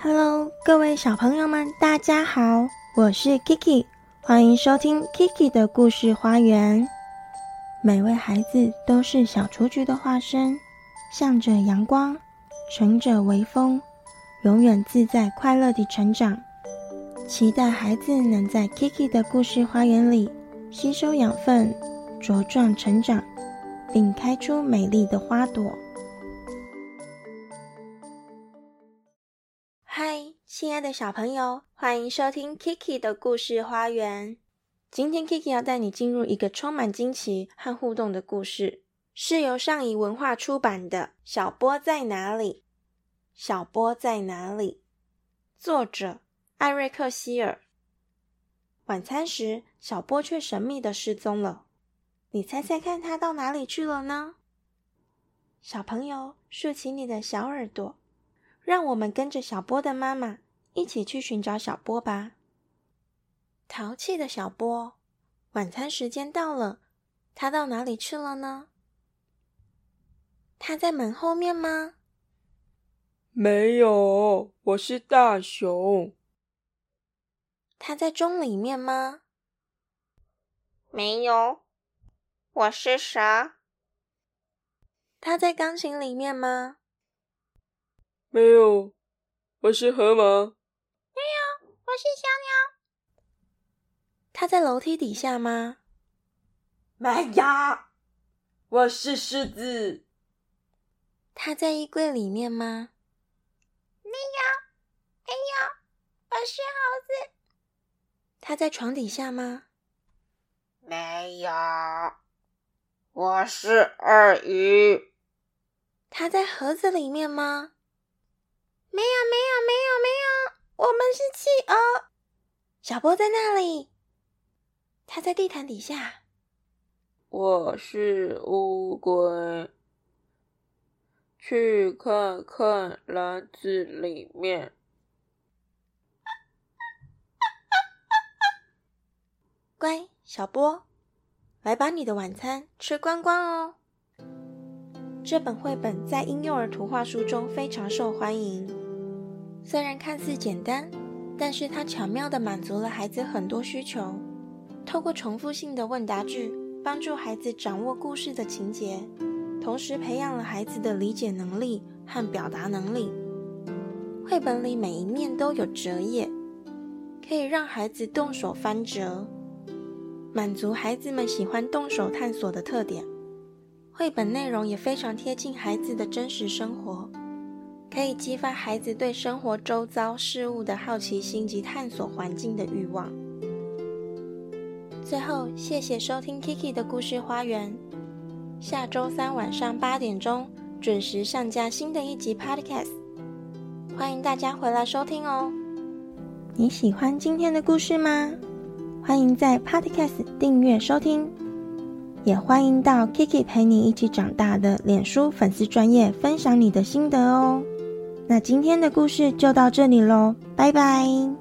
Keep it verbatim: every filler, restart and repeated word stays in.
Hello， 各位小朋友们，大家好，我是 Kiki， 欢迎收听 Kiki 的故事花园。每位孩子都是小雏菊的化身，向着阳光，乘着微风，永远自在快乐地成长。期待孩子能在 Kiki 的故事花园里吸收养分，茁壮成长，并开出美丽的花朵。嗨，亲爱的小朋友，欢迎收听 Kiki 的故事花园。今天 Kiki 要带你进入一个充满惊奇和互动的故事，是由上仪文化出版的《小波在哪里？小波在哪里？》作者艾瑞克希尔。晚餐时，小波却神秘地失踪了。你猜猜看他到哪里去了呢？小朋友，竖起你的小耳朵，让我们跟着小波的妈妈一起去寻找小波吧。淘气的小波，晚餐时间到了，他到哪里去了呢？他在门后面吗？ 没有，我是大熊。 他在钟里面吗？ 没有，我是蛇。 他在钢琴里面吗？ 没有，我是河马。 没有，我是小鸟。 他在楼梯底下吗？ 没有，我是狮子。 他在衣柜里面吗？ 没有，没有，我是猴子。 他在床底下吗？ 没有，我是鳄鱼。 他在盒子里面吗？ 没有，没有，没有，没有，我们是企鹅。 小波在那里。他在地毯底下。 我是乌龟，去看看篮子里面。 乖，小波，来把你的晚餐吃光光哦。这本绘本在婴幼儿图画书中非常受欢迎，虽然看似简单，但是它巧妙地满足了孩子很多需求。透过重复性的问答句，帮助孩子掌握故事的情节，同时培养了孩子的理解能力和表达能力。绘本里每一面都有折页，可以让孩子动手翻折，满足孩子们喜欢动手探索的特点。绘本内容也非常贴近孩子的真实生活，可以激发孩子对生活周遭事物的好奇心及探索环境的欲望。最后，谢谢收听 Kiki 的故事花园。下周三晚上八点钟准时上架新的一集 Podcast， 欢迎大家回来收听哦。你喜欢今天的故事吗？欢迎在 Podcast 订阅收听，也欢迎到 Kiki 陪你一起长大的脸书粉丝专页分享你的心得哦。那今天的故事就到这里咯，拜拜。